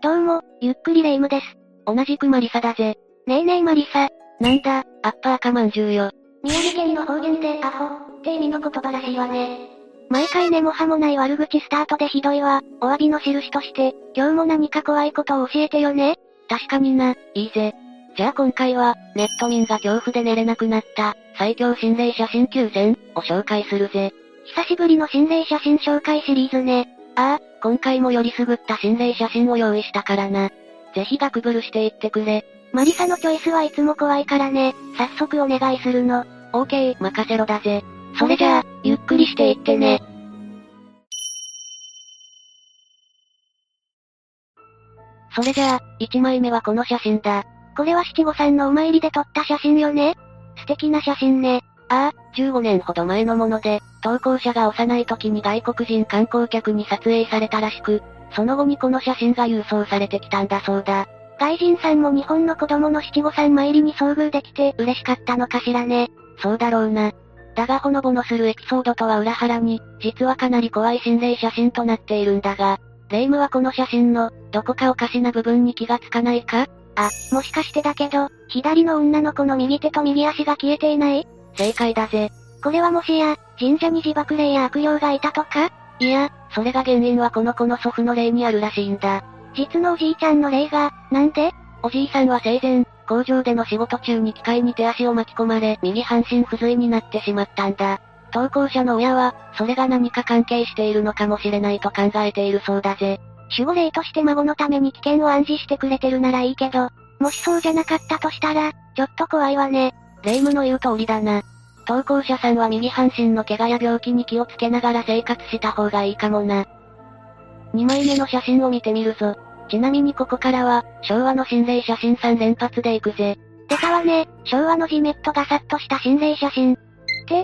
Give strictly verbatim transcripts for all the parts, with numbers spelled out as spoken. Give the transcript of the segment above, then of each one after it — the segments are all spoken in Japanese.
どうも、ゆっくりレ夢ムです。 同じくマリサだぜ。 ねえねえマリサ。 なんだ、アッパーかまんじゅうよ。 宮城県の方言でアホって意味の言葉らしいわね。毎回根も葉もない悪口スタートでひどいわ。お詫びの印として、今日も何か怖いことを教えてよね。 確かにな、いいぜ。じゃあ今回は、ネット民が恐怖で寝れなくなった、最強心霊写真きゅうせんを紹介するぜ。 久しぶりの心霊写真紹介シリーズね。 ああ、今回もよりすぐった心霊写真を用意したからな。ぜひガクブルしていってくれ。 マリサのチョイスはいつも怖いからね。早速お願いするの。 オーケー、任せろだぜ。 それじゃあ、ゆっくりしていってね。 それじゃあ、いちまいめはこの写真だ。 これは七五三のお参りで撮った写真よね。素敵な写真ね。 ああ、じゅうごねんほど前のもので、投稿者が幼い時に外国人観光客に撮影されたらしく、その後にこの写真が郵送されてきたんだそうだ。 外人さんも日本の子供の七五三参りに遭遇できて嬉しかったのかしらね。 そうだろうな。だがほのぼのするエピソードとは裏腹に、実はかなり怖い心霊写真となっているんだが、レ夢ムはこの写真の、どこかおかしな部分に気がつかないか？ あ、もしかしてだけど、左の女の子の右手と右足が消えていない？ 正解だぜ。 これはもしや、神社に自爆霊や悪霊がいたとか？ いや、それが原因はこの子の祖父の霊にあるらしいんだ。 実のおじいちゃんの霊が、なんで？ おじいさんは生前、工場での仕事中に機械に手足を巻き込まれ、右半身不随になってしまったんだ。投稿者の親は、それが何か関係しているのかもしれないと考えているそうだぜ。 守護霊として孫のために危険を暗示してくれてるならいいけど、もしそうじゃなかったとしたら、ちょっと怖いわね。 レ夢ムの言う通りだな。投稿者さんは右半身の怪我や病気に気をつけながら生活した方がいいかもな。にまいめの写真を見てみるぞ。ちなみにここからは、昭和の心霊写真さん連発でいくぜ。 出たわね、昭和のジメッとガサッとした心霊写真。って、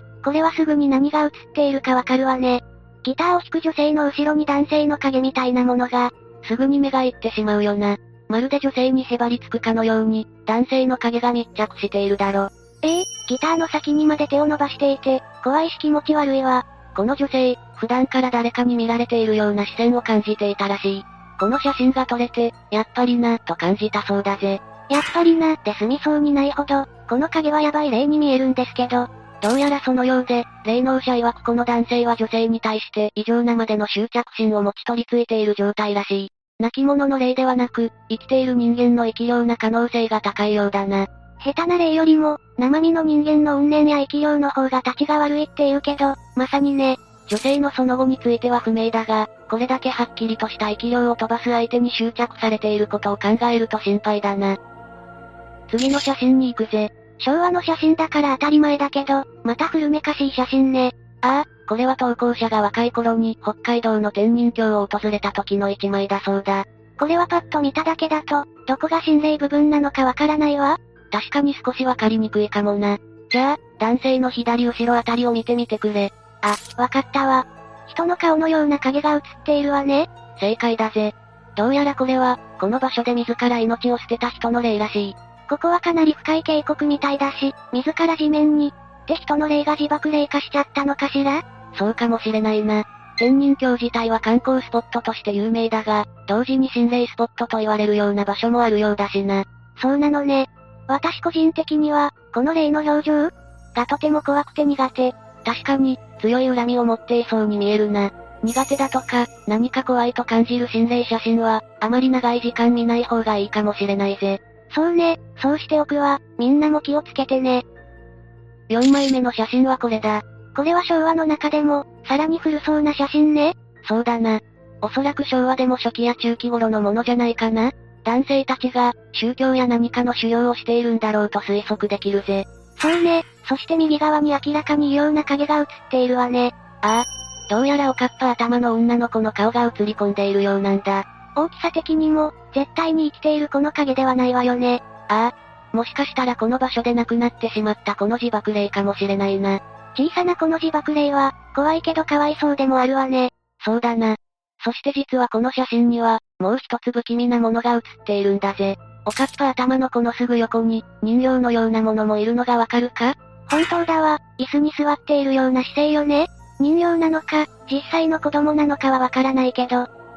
これはすぐに何が写っているかわかるわね。ギターを弾く女性の後ろに男性の影みたいなものが、 すぐに目がいってしまうよな。まるで女性にへばりつくかのように、男性の影が密着しているだろ。 ええー、ギターの先にまで手を伸ばしていて、怖いし気持ち悪いわ。 この女性、普段から誰かに見られているような視線を感じていたらしい。この写真が撮れて、やっぱりな、と感じたそうだぜ。 やっぱりな、で済みそうにないほど、この影はやばい霊に見えるんですけど。 どうやらそのようで、霊能者曰くこの男性は女性に対して異常なまでの執着心を持ち取り付いている状態らしい。亡き者の霊ではなく、生きている人間の生き量な可能性が高いようだな。 下手な霊よりも、生身の人間の怨念や生き量の方が立ちが悪いって言うけど、まさにね。 女性のその後については不明だが、これだけはっきりとした生き量を飛ばす相手に執着されていることを考えると心配だな。次の写真に行くぜ。 昭和の写真だから当たり前だけど、また古めかしい写真ね。 ああ、これは投稿者が若い頃に北海道の天人峡を訪れた時の一枚だそうだ。 これはパッと見ただけだと、どこが心霊部分なのかわからないわ。 確かに少しわかりにくいかもな。じゃあ、男性の左後ろあたりを見てみてくれ。 あ、わかったわ。人の顔のような影が映っているわね。 正解だぜ。どうやらこれは、この場所で自ら命を捨てた人の霊らしい。 ここはかなり深い渓谷みたいだし、自ら地面に、って人の霊が自爆霊化しちゃったのかしら？ そうかもしれないな。天人峡自体は観光スポットとして有名だが、同時に心霊スポットと言われるような場所もあるようだしな。 そうなのね。私個人的には、この霊の表情がとても怖くて苦手。 確かに、強い恨みを持っていそうに見えるな。苦手だとか、何か怖いと感じる心霊写真は、あまり長い時間見ない方がいいかもしれないぜ。 そうね、そうしておくわ。みんなも気をつけてね。 よんまいめの写真はこれだ。 これは昭和の中でも、さらに古そうな写真ね。 そうだな。おそらく昭和でも初期や中期頃のものじゃないかな。男性たちが、宗教や何かの修行をしているんだろうと推測できるぜ。 そうね、そして右側に明らかに異様な影が映っているわね。 ああ。どうやらおかっぱ頭の女の子の顔が映り込んでいるようなんだ。 大きさ的にも、絶対に生きているこの影ではないわよね。 ああ。もしかしたらこの場所で亡くなってしまったこの自爆霊かもしれないな。 小さなこの自爆霊は、怖いけどかわいそうでもあるわね。 そうだな。そして実はこの写真には、もう一つ不気味なものが写っているんだぜ。おかっぱ頭のこのすぐ横に、人形のようなものもいるのがわかるか？ 本当だわ、椅子に座っているような姿勢よね。人形なのか、実際の子供なのかはわからないけど、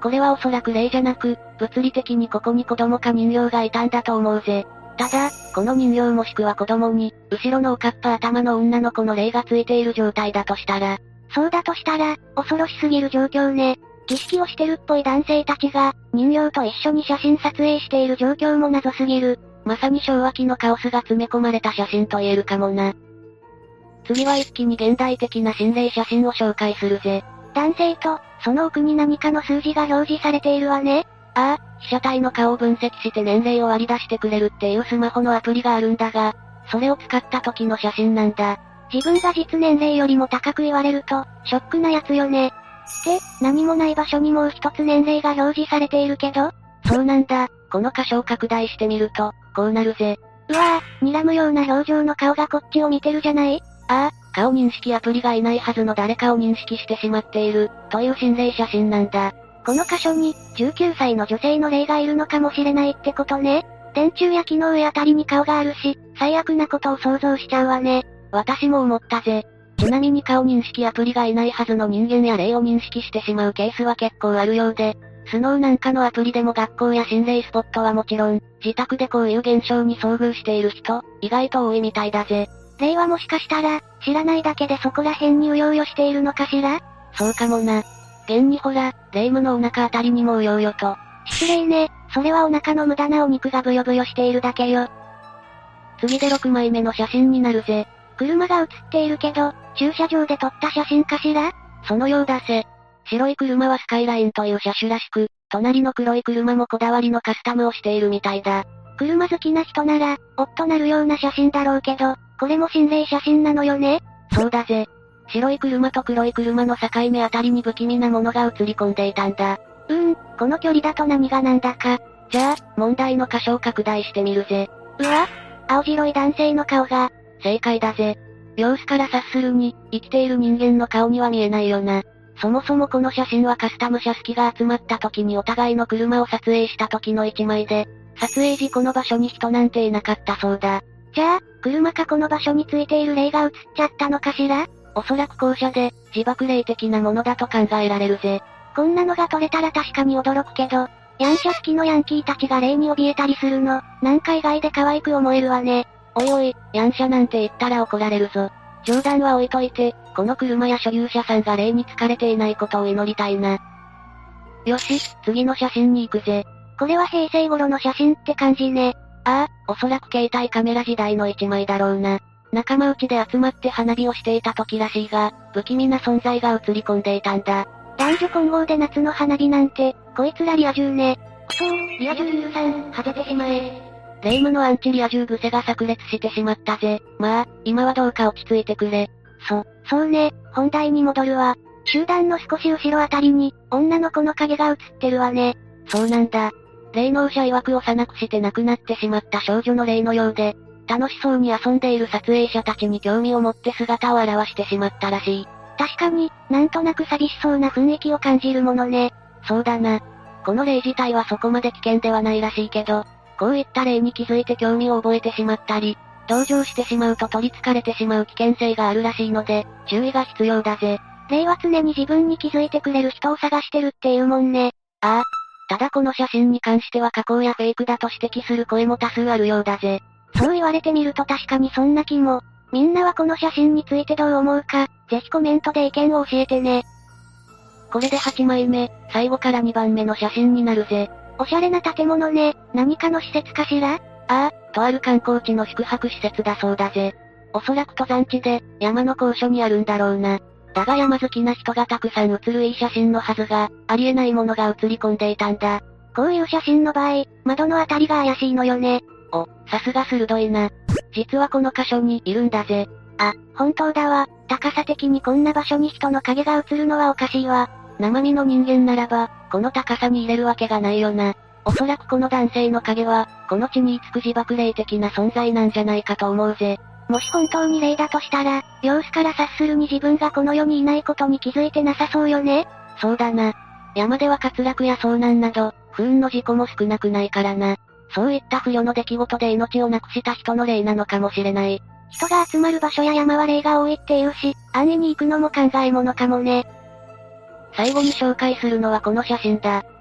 これはおそらく霊じゃなく、物理的にここに子供か人形がいたんだと思うぜ。ただ、この人形もしくは子供に、後ろのおかっぱ頭の女の子の霊がついている状態だとしたら。 そうだとしたら、恐ろしすぎる状況ね。儀式をしてるっぽい男性たちが、人形と一緒に写真撮影している状況も謎すぎる。 まさに昭和期のカオスが詰め込まれた写真と言えるかもな。次は一気に現代的な心霊写真を紹介するぜ。 男性と、その奥に何かの数字が表示されているわね。 ああ、被写体の顔を分析して年齢を割り出してくれるっていうスマホのアプリがあるんだが、それを使った時の写真なんだ。 自分が実年齢よりも高く言われると、ショックなやつよね。で、何もない場所にもう一つ年齢が表示されているけど？ そうなんだ。この箇所を拡大してみると、こうなるぜ。 うわぁ、睨むような表情の顔がこっちを見てるじゃない？ ああ、顔認識アプリがいないはずの誰かを認識してしまっている、という心霊写真なんだ。 この箇所に、じゅうきゅうさいの女性の霊がいるのかもしれないってことね。電柱や木の上あたりに顔があるし、最悪なことを想像しちゃうわね。 私も思ったぜ。ちなみに顔認識アプリがいないはずの人間や霊を認識してしまうケースは結構あるようで、スノーなんかのアプリでも学校や心霊スポットはもちろん、自宅でこういう現象に遭遇している人、意外と多いみたいだぜ。 霊はもしかしたら、知らないだけでそこら辺にうようよしているのかしら？ そうかもな。現にほら、霊夢のお腹あたりにもうようよと。 失礼ね、それはお腹の無駄なお肉がブヨブヨしているだけよ。 次でろくまいめの写真になるぜ。 車が写っているけど、駐車場で撮った写真かしら？ そのようだぜ。白い車はスカイラインという車種らしく、隣の黒い車もこだわりのカスタムをしているみたいだ。 車好きな人なら、おっとなるような写真だろうけど、これも心霊写真なのよね？ そうだぜ。白い車と黒い車の境目あたりに不気味なものが映り込んでいたんだ。 うーん、この距離だと何がなんだか。 じゃあ、問題の箇所を拡大してみるぜ。 うわ、青白い男性の顔が。 正解だぜ。様子から察するに、生きている人間の顔には見えないよな。そもそもこの写真はカスタム車好きが集まった時にお互いの車を撮影した時の一枚で、撮影時この場所に人なんていなかったそうだ。 じゃあ、車かこの場所についている霊が映っちゃったのかしら？ おそらく後者で、自爆霊的なものだと考えられるぜ。 こんなのが撮れたら確かに驚くけど、ヤンシャ好きのヤンキーたちが霊に怯えたりするの、なんか意外で可愛く思えるわね。 おいおい、ヤンシャなんて言ったら怒られるぞ。冗談は置いといて、この車や所有者さんが霊に疲れていないことを祈りたいな。よし、次の写真に行くぜ。 これは平成頃の写真って感じね。 ああ、おそらく携帯カメラ時代の一枚だろうな。仲間内で集まって花火をしていた時らしいが、不気味な存在が映り込んでいたんだ。 男女混合で夏の花火なんて、こいつらリア充ね。くそー、リア充許さん、外てしまえ。 霊夢のアンチリア充癖が炸裂してしまったぜ。まあ、今はどうか落ち着いてくれ。 そ、そうね、本題に戻るわ。集団の少し後ろあたりに、女の子の影が映ってるわね。 そうなんだ。霊能者曰く幼くして亡くなってしまった少女の霊のようで、楽しそうに遊んでいる撮影者たちに興味を持って姿を現してしまったらしい。 確かに、なんとなく寂しそうな雰囲気を感じるものね。 そうだな。この霊自体はそこまで危険ではないらしいけど、こういった霊に気づいて興味を覚えてしまったり、同情してしまうと取り憑かれてしまう危険性があるらしいので、注意が必要だぜ。 霊は常に自分に気づいてくれる人を探してるっていうもんね。 ああ。ただこの写真に関しては加工やフェイクだと指摘する声も多数あるようだぜ。 そう言われてみると確かにそんな気も。みんなはこの写真についてどう思うか、ぜひコメントで意見を教えてね。 これではちまいめ、最後からにばんめの写真になるぜ。 おしゃれな建物ね、何かの施設かしら？ ああ、とある観光地の宿泊施設だそうだぜ。おそらく登山地で、山の高所にあるんだろうな。だが山好きな人がたくさん写るいい写真のはずが、ありえないものが写り込んでいたんだ。 こういう写真の場合、窓のあたりが怪しいのよね。 お、さすが鋭いな。実はこの箇所にいるんだぜ。 あ、本当だわ。高さ的にこんな場所に人の影が映るのはおかしいわ。 生身の人間ならば、この高さに入れるわけがないよな。おそらくこの男性の影は、この地に居つく自爆霊的な存在なんじゃないかと思うぜ。 もし本当に霊だとしたら、様子から察するに自分がこの世にいないことに気づいてなさそうよね。 そうだな。山では滑落や遭難など、不運の事故も少なくないからな。そういった不慮の出来事で命をなくした人の霊なのかもしれない。 人が集まる場所や山は霊が多いっていうし、安易に行くのも考えものかもね。 最後に紹介するのはこの写真だ。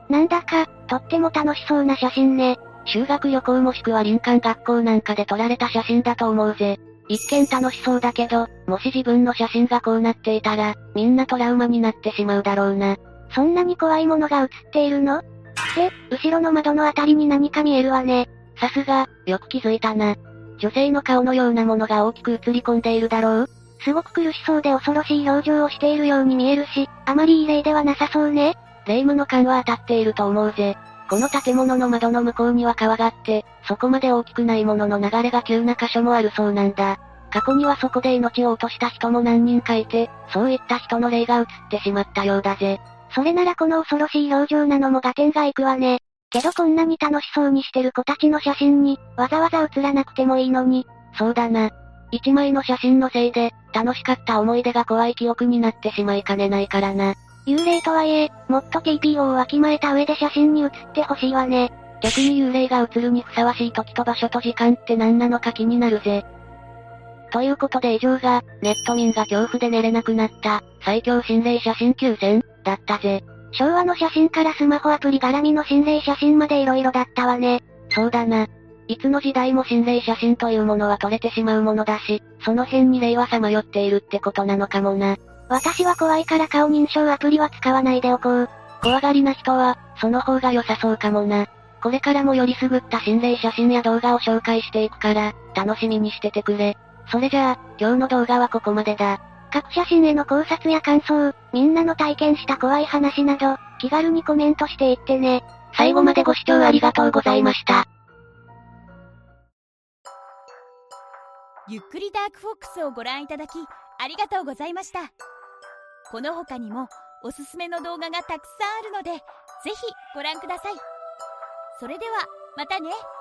なんだか、とっても楽しそうな写真ね。 修学旅行もしくは林間学校なんかで撮られた写真だと思うぜ。一見楽しそうだけど、もし自分の写真がこうなっていたら、みんなトラウマになってしまうだろうな。 そんなに怖いものが写っているの？で、後ろの窓のあたりに何か見えるわね。 さすが、よく気づいたな。女性の顔のようなものが大きく映り込んでいるだろう？ すごく苦しそうで恐ろしい表情をしているように見えるし、あまりいい例ではなさそうね。 霊夢の勘は当たっていると思うぜ。この建物の窓の向こうには川があって、そこまで大きくないものの流れが急な箇所もあるそうなんだ。過去にはそこで命を落とした人も何人かいて、そういった人の霊が映ってしまったようだぜ。 それならこの恐ろしい表情なのも合点がいくわね。けどこんなに楽しそうにしてる子たちの写真に、わざわざ写らなくてもいいのに。 そうだな。一枚の写真のせいで、楽しかった思い出が怖い記憶になってしまいかねないからな。 幽霊とはいえ、もっと ティーピーオー をわきまえた上で写真に写ってほしいわね。 逆に幽霊が写るにふさわしい時と場所と時間って何なのか気になるぜ。ということで以上が、ネット民が恐怖で寝れなくなった、最強心霊写真きゅうせん、だったぜ。 昭和の写真からスマホアプリ絡みの心霊写真まで色々だったわね。 そうだな。いつの時代も心霊写真というものは撮れてしまうものだし、その辺に霊はさまよっているってことなのかもな。 私は怖いから顔認証アプリは使わないでおこう。 怖がりな人は、その方が良さそうかもな。これからもよりすぐった心霊写真や動画を紹介していくから、楽しみにしててくれ。それじゃあ、今日の動画はここまでだ。 各写真への考察や感想、みんなの体験した怖い話など、気軽にコメントしていってね。 最後までご視聴ありがとうございました。 ゆっくりダークフォックスをご覧いただき、ありがとうございました。この他にも、おすすめの動画がたくさんあるので、ぜひご覧ください。それでは、またね。